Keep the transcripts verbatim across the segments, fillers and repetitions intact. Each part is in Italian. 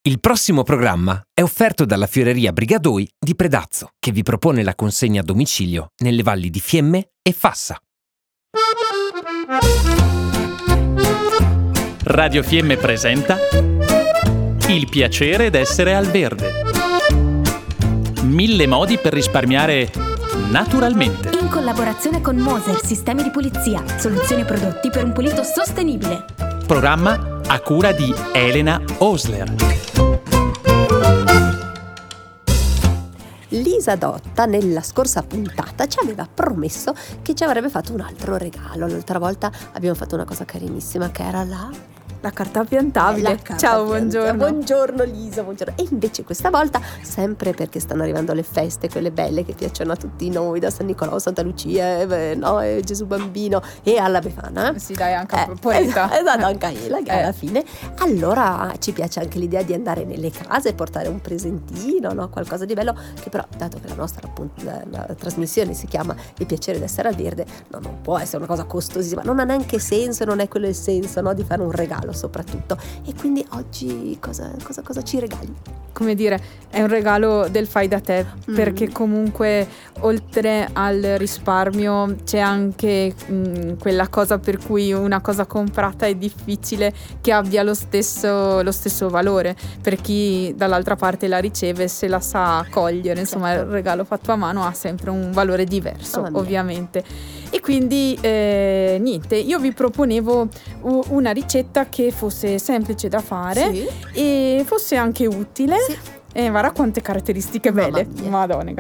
Il prossimo programma è offerto dalla Fioreria Brigadoi di Predazzo, che vi propone la consegna a domicilio nelle valli di Fiemme e Fassa. Radio Fiemme presenta Il piacere d'essere al verde. Mille modi per risparmiare naturalmente. In collaborazione con Moser Sistemi di Pulizia, soluzioni e prodotti per un pulito sostenibile. Programma a cura di Elena Osler. Lisa Dotta nella scorsa puntata ci aveva promesso che ci avrebbe fatto un altro regalo. L'altra volta abbiamo fatto una cosa carinissima che era la... La carta piantabile. La carta Ciao, piantabile. buongiorno. Buongiorno Lisa, buongiorno. E invece questa volta, sempre perché stanno arrivando le feste, quelle belle che piacciono a tutti noi, da San Nicolò, Santa Lucia, eh, no, e Gesù Bambino e alla Befana. Sì, dai, anche eh, a poeta. Esatto, anche a Ela, che Eh. alla fine. Allora ci piace anche l'idea di andare nelle case e portare un presentino, no? Qualcosa di bello, che però, dato che la nostra appunto, la, la trasmissione si chiama Il piacere d'essere al verde, no, non può essere una cosa costosissima, non ha neanche senso, non è quello il senso, no? Di fare un regalo soprattutto. E quindi oggi cosa, cosa, cosa ci regali? Come dire, è un regalo del fai da te, Mm. perché comunque oltre al risparmio c'è anche mh, quella cosa per cui una cosa comprata è difficile che abbia lo stesso, lo stesso valore per chi dall'altra parte la riceve, se la sa cogliere. Insomma, Certo. il regalo fatto a mano ha sempre un valore diverso, Mamma mia. ovviamente. E quindi eh, niente, io vi proponevo u- una ricetta che fosse semplice da fare Sì. e fosse anche utile. Sì. E guarda quante caratteristiche Mamma belle. mia. Madonna.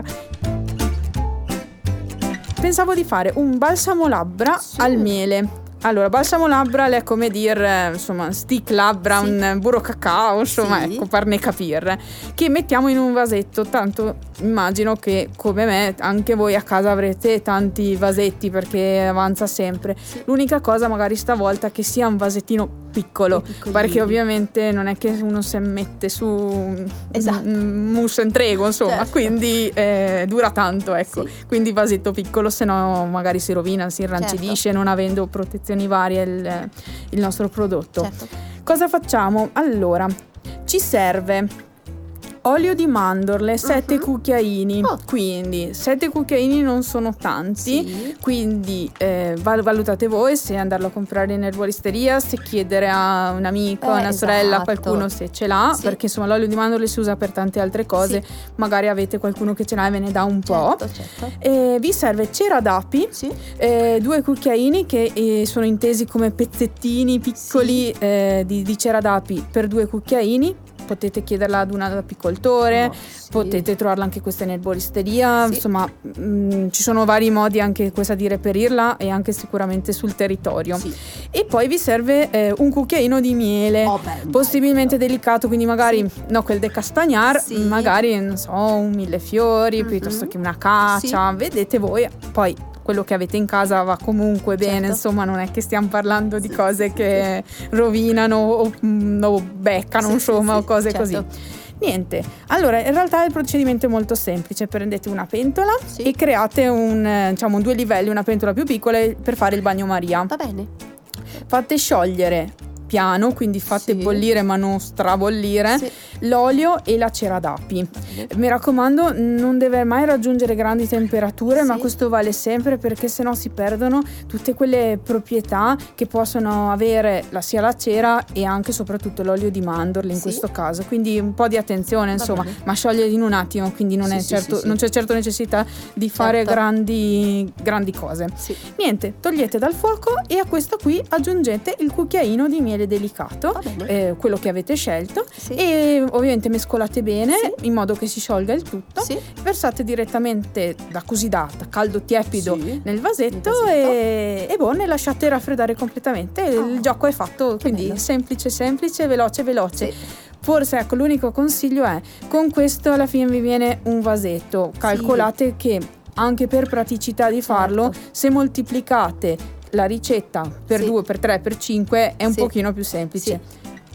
Pensavo di fare un balsamo labbra Sì. al miele. Allora, balsamo labbra è come dire, insomma, stick labbra, Sì. un burro cacao, insomma, Sì. ecco, per ne capire, che mettiamo in un vasetto. Tanto immagino che, come me, anche voi a casa avrete tanti vasetti perché avanza sempre. Sì. L'unica cosa magari stavolta che sia un vasettino piccolo, Piccolino. perché ovviamente non è che uno si mette su Esatto. un mousse and trego, insomma, Certo. quindi eh, dura tanto, ecco. Sì. Quindi vasetto piccolo, se no magari si rovina, si irrancidisce, Certo. non avendo protezioni varie il, il nostro prodotto. Certo. Cosa facciamo? Allora, ci serve olio di mandorle, sette Mhm. cucchiaini, Oh. quindi sette cucchiaini non sono tanti. Sì. Quindi eh, val- valutate voi se andarlo a comprare in erboristeria, se chiedere a un amico, a Eh, una sorella, a esatto. qualcuno se ce l'ha, Sì. perché insomma l'olio di mandorle si usa per tante altre cose, magari avete qualcuno che ce l'ha e ve ne dà un po'. Certo, certo. E vi serve cera d'api, Sì. eh, due cucchiaini che eh, sono intesi come pezzettini piccoli eh, di, di cera d'api per due cucchiaini. Potete chiederla ad un apicoltore, Oh, sì. potete trovarla anche questa in erboristeria, Sì. insomma mh, ci sono vari modi anche questa di reperirla e anche sicuramente sul territorio. Sì. E poi vi serve eh, un cucchiaino di miele, Oh, beh, possibilmente bello. delicato, quindi magari Sì. no, quel de castagnar, Sì. magari non so, un millefiori Mhm. piuttosto che una cacia, vedete voi. Poi quello che avete in casa va comunque bene, Certo. insomma non è che stiamo parlando di Sì, cose sì, che rovinano o, mm, o beccano, Sì, insomma, sì, o cose sì, così. certo. Niente, allora in realtà il procedimento è molto semplice. Prendete una pentola Sì. e create un, eh, diciamo, due livelli, una pentola più piccola per fare il bagnomaria. Va bene. Fate sciogliere piano, quindi fate Sì. bollire ma non strabollire Sì. l'olio e la cera d'api. Bene. Mi raccomando, non deve mai raggiungere grandi temperature, Sì. ma questo vale sempre perché sennò si perdono tutte quelle proprietà che possono avere la, sia la cera e anche soprattutto l'olio di mandorle in Sì. questo caso. Quindi un po' di attenzione, insomma, bene. ma scioglie in un attimo, quindi non, Sì, è sì, certo, sì, sì. non c'è certo necessità di fare Certo. grandi, grandi cose. Sì. Niente, togliete dal fuoco e a questo qui aggiungete il cucchiaino di miele delicato, Va bene. eh, quello che avete scelto, Sì. e ovviamente mescolate bene Sì. in modo che si sciolga il tutto. Sì. Versate direttamente da così da caldo tiepido Sì. nel vasetto, Nel vasetto. E, e boh, ne lasciate raffreddare completamente e Oh, il gioco è fatto, quindi bello. semplice semplice, veloce veloce. Sì. Forse ecco l'unico consiglio è con questo alla fine vi viene un vasetto, calcolate che anche per praticità di farlo, Certo. se moltiplicate la ricetta per Sì. due, per tre, per cinque è un Sì. pochino più semplice.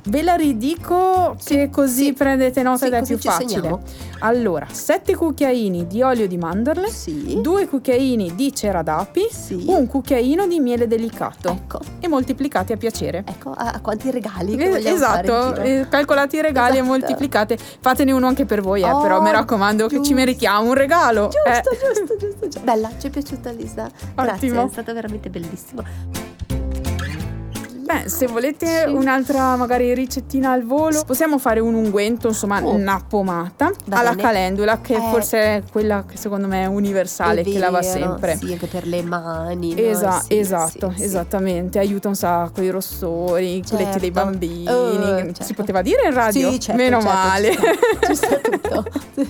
Ve la ridico che così sì. prendete nota Sì, ed è così più ci facile. segniamo. Allora, sette cucchiaini di olio di mandorle, Sì. due cucchiaini di cera d'api, Sì. un cucchiaino di miele delicato Ecco. e moltiplicati a piacere. Ecco, a, a quanti regali che Eh, vogliamo fare in esatto, giro. eh, calcolate i regali Esatto. e moltiplicate. Fatene uno anche per voi, eh, Oh, però mi raccomando che ci giusto. meritiamo un regalo. Giusto, eh. giusto, giusto, giusto. Bella, ci è piaciuta Lisa. Grazie, Ottimo. è stato veramente bellissimo. Beh, se volete Sì. un'altra magari ricettina al volo, possiamo fare un unguento, insomma, Oh. una pomata Va alla bene. calendula, che Eh. forse è quella che secondo me è universale, È che la va vero, sempre. Sì, anche per le mani. no? Esa- Sì, esatto, sì, sì. esattamente, aiuta un sacco i rossori, i culetti dei Certo. bambini. Oh, Si certo. poteva dire in radio? Sì, certo, Meno certo, male. Ci sta, ci sta tutto.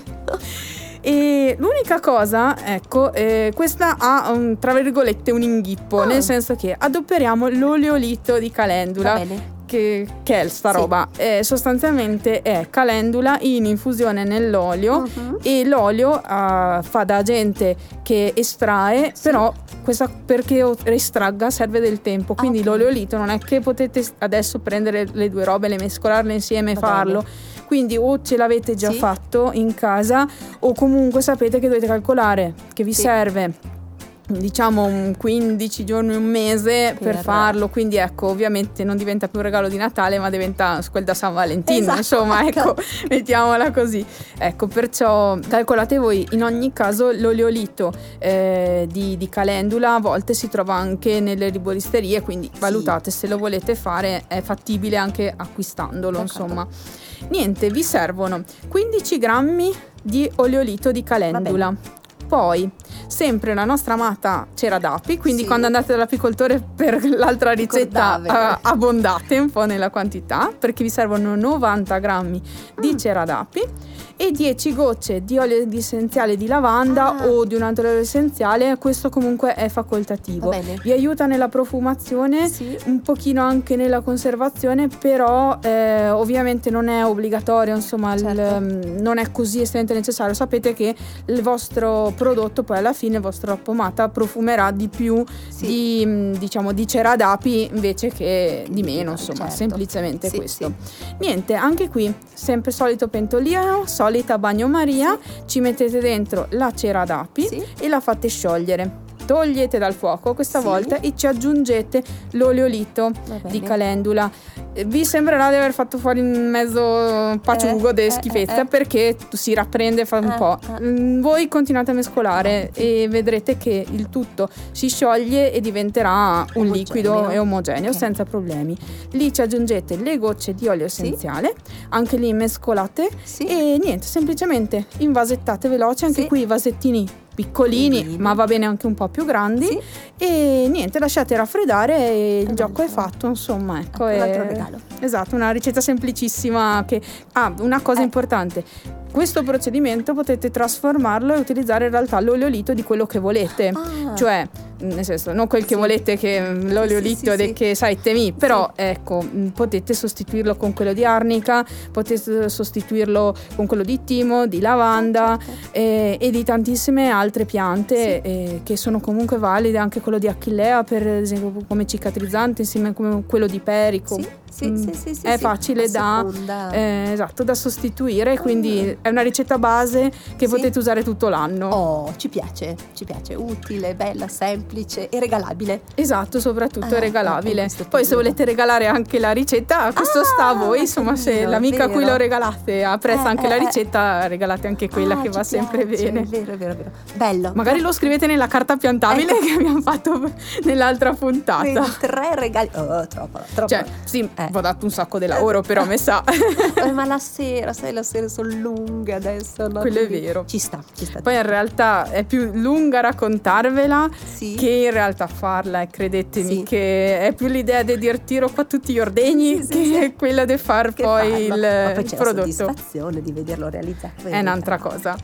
E l'unica cosa, ecco, eh, questa ha un, tra virgolette un inghippo, Ah. nel senso che adoperiamo l'oleolito di calendula. Va bene. Che, che è sta Sì. roba? Eh, sostanzialmente è calendula in infusione nell'olio Mhm. e l'olio eh, fa da agente che estrae, Sì. però questa, perché estragga serve del tempo, quindi ok. l'oleolito non è che potete adesso prendere le due robe, le mescolarle insieme e Va farlo. bene. Quindi o ce l'avete già Sì. fatto in casa o comunque sapete che dovete calcolare che vi Sì. serve diciamo un quindici giorni, un mese per, Per- farlo, quindi ecco, ovviamente non diventa più un regalo di Natale ma diventa quel da San Valentino, Esatto. insomma, ecco, mettiamola così. Ecco, perciò calcolate voi. In ogni caso l'oleolito eh, di, di calendula a volte si trova anche nelle erboristerie, quindi Sì. valutate se lo volete fare, è fattibile anche acquistandolo. D'accordo. Insomma, niente, vi servono quindici grammi di oleolito di calendula. Poi, sempre la nostra amata cera d'api, quindi Sì. quando andate dall'apicoltore per l'altra ricetta Ricordate. eh, abbondate un po' nella quantità, perché vi servono novanta grammi di Mm. cera d'api e dieci gocce di olio di essenziale di lavanda Ah. o di un altro olio essenziale. Questo comunque è facoltativo. Va bene. Vi aiuta nella profumazione, Sì. un pochino anche nella conservazione, però eh, ovviamente non è obbligatorio, insomma, il- Certo. mm, non è così estremamente necessario. Sapete che il vostro prodotto poi alla fine, la vostra pomata profumerà di più Sì. di mm, diciamo di cera d'api invece che di di meno, meno, insomma, certo. semplicemente Sì, questo. sì. Niente, anche qui sempre solito pentolino, solita bagnomaria, ci mettete dentro la cera d'api Sì. e la fate sciogliere. Togliete dal fuoco questa Sì. volta e ci aggiungete l'oleolito Va bene. di calendula. Eh, Vi sembrerà di aver fatto fuori in mezzo paciugo Eh, di eh, schifezza eh, eh. perché si rapprende fa un Eh, po'. eh. Mm, Voi continuate a mescolare e vedrete che il tutto si scioglie e diventerà un Omogeneo. liquido e omogeneo Ok. senza problemi. Lì ci aggiungete le gocce di olio Sì. essenziale, anche lì mescolate Sì. e niente, semplicemente invasettate veloce, anche Sì. qui i vasettini piccolini, Piccolini. ma va bene anche un po' più grandi. Sì. E niente, lasciate raffreddare e il E gioco è basta. fatto, insomma, ecco. Ecco, un è- altro regalo. Esatto, una ricetta semplicissima che ah, una cosa Eh. importante. Questo procedimento potete trasformarlo e utilizzare in realtà l'oleolito di quello che volete. Ah. Cioè, nel senso, non quel che Sì. volete, che mm, l'oleolito sì, sì, de- sì. che sai temi, però ecco, mh, potete sostituirlo con quello di arnica, potete sostituirlo con quello di timo, di lavanda Certo. eh, e di tantissime altre piante eh, che sono comunque valide, anche quello di achillea per esempio come cicatrizzante, insieme a come quello di perico. Sì, sì, Mm, sì, sì, sì, è sì. facile A da seconda. eh, esatto, da sostituire, quindi è una ricetta base che Sì. potete usare tutto l'anno. Oh, ci piace, ci piace, utile, bella, semplice e regalabile. Esatto, soprattutto Ah, è regalabile. in questo Poi se periodo. volete regalare anche la ricetta, questo Ah, sta a voi, insomma, se carino, l'amica a cui vero. lo regalate apprezza Eh, anche la eh, eh. ricetta, regalate anche quella Ah, che ci va sempre piace, bene. È vero, è vero, è vero. Bello. Magari lo scrivete nella carta piantabile Ecco. che abbiamo fatto nell'altra puntata. Quindi tre regali. Oh, troppo, troppo. Cioè, sì, Eh. vi ho dato un sacco di lavoro, però me sa. Eh, ma la sera, sai, la sera sono lunghe adesso. no? Quello è Quindi vero. Ci sta, ci sta. Poi in realtà è più lunga raccontarvela Sì. che in realtà farla, e credetemi Sì. che è più l'idea di dir tiro qua tutti gli ordegni Sì, sì, che sì. quella di far Che poi farlo. il, Ma poi il c'è prodotto. la soddisfazione di vederlo realizzato. È un'altra cosa.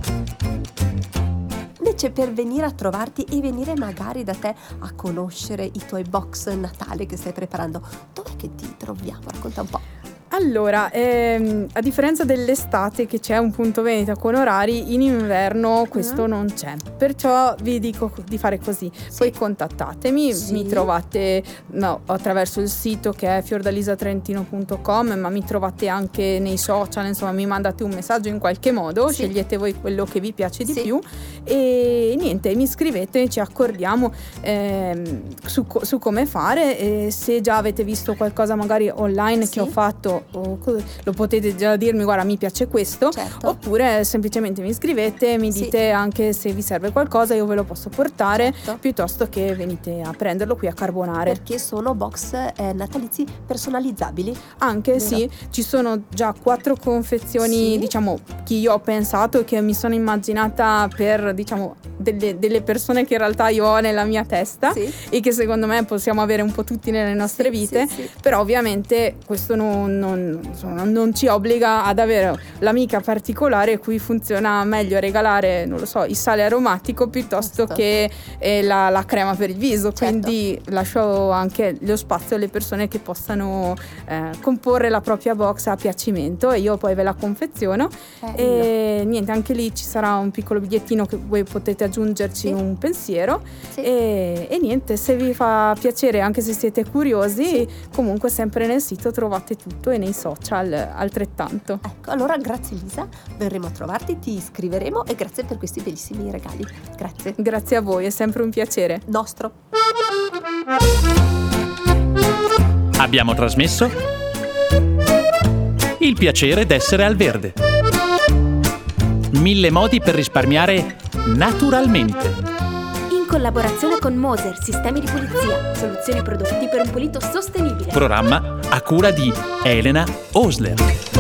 Invece per venire a trovarti e venire magari da te a conoscere i tuoi box Natale che stai preparando, dov'è che ti troviamo? Racconta un po'. Allora, ehm, a differenza dell'estate che c'è un punto vendita con orari, in inverno questo Mm. non c'è. Perciò vi dico di fare così. Poi contattatemi, Sì. mi trovate no, attraverso il sito che è fiordalisatrentino punto com, ma mi trovate anche nei social, insomma mi mandate un messaggio in qualche modo, Sì. scegliete voi quello che vi piace di Sì. più e niente, mi scrivete, ci accordiamo ehm, su, co- su come fare e se già avete visto qualcosa magari online Sì. che ho fatto o co- lo potete già dirmi, guarda mi piace questo, Certo. oppure semplicemente mi scrivete, mi Sì. dite anche se vi serve qualcosa, io ve lo posso portare, Certo. piuttosto che venite a prenderlo qui a Carbonare. Perché sono box eh, natalizi personalizzabili. Anche Vero. sì, ci sono già quattro confezioni, Sì. diciamo, che io ho pensato e che mi sono immaginata per, diciamo, delle, delle persone che in realtà io ho nella mia testa Sì. e che secondo me possiamo avere un po' tutti nelle nostre Sì, vite, sì, sì. però ovviamente questo non, non- insomma, non ci obbliga ad avere l'amica particolare cui funziona meglio regalare, non lo so, il sale aromatico piuttosto Giusto. che eh, la, la crema per il viso, Certo. quindi lascio anche lo spazio alle persone che possano eh, comporre la propria box a piacimento e io poi ve la confeziono. Bello. E niente, anche lì ci sarà un piccolo bigliettino che voi potete aggiungerci Sì. un pensiero. Sì. E, e niente, se vi fa piacere, anche se siete curiosi, comunque sempre nel sito trovate tutto e nei social altrettanto. Ecco, allora grazie Lisa, verremo a trovarti, ti scriveremo e grazie per questi bellissimi regali. Grazie. Grazie a voi, è sempre un piacere. Nostro. Abbiamo trasmesso Il piacere d'essere al verde. Mille modi per risparmiare naturalmente. In collaborazione con Moser Sistemi di Pulizia, soluzioni prodotti per un pulito sostenibile. Programma a cura di Elena Osler.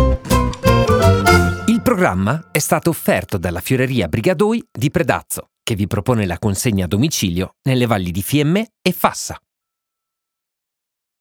Il programma è stato offerto dalla Fioreria Brigadoi di Predazzo, che vi propone la consegna a domicilio nelle valli di Fiemme e Fassa.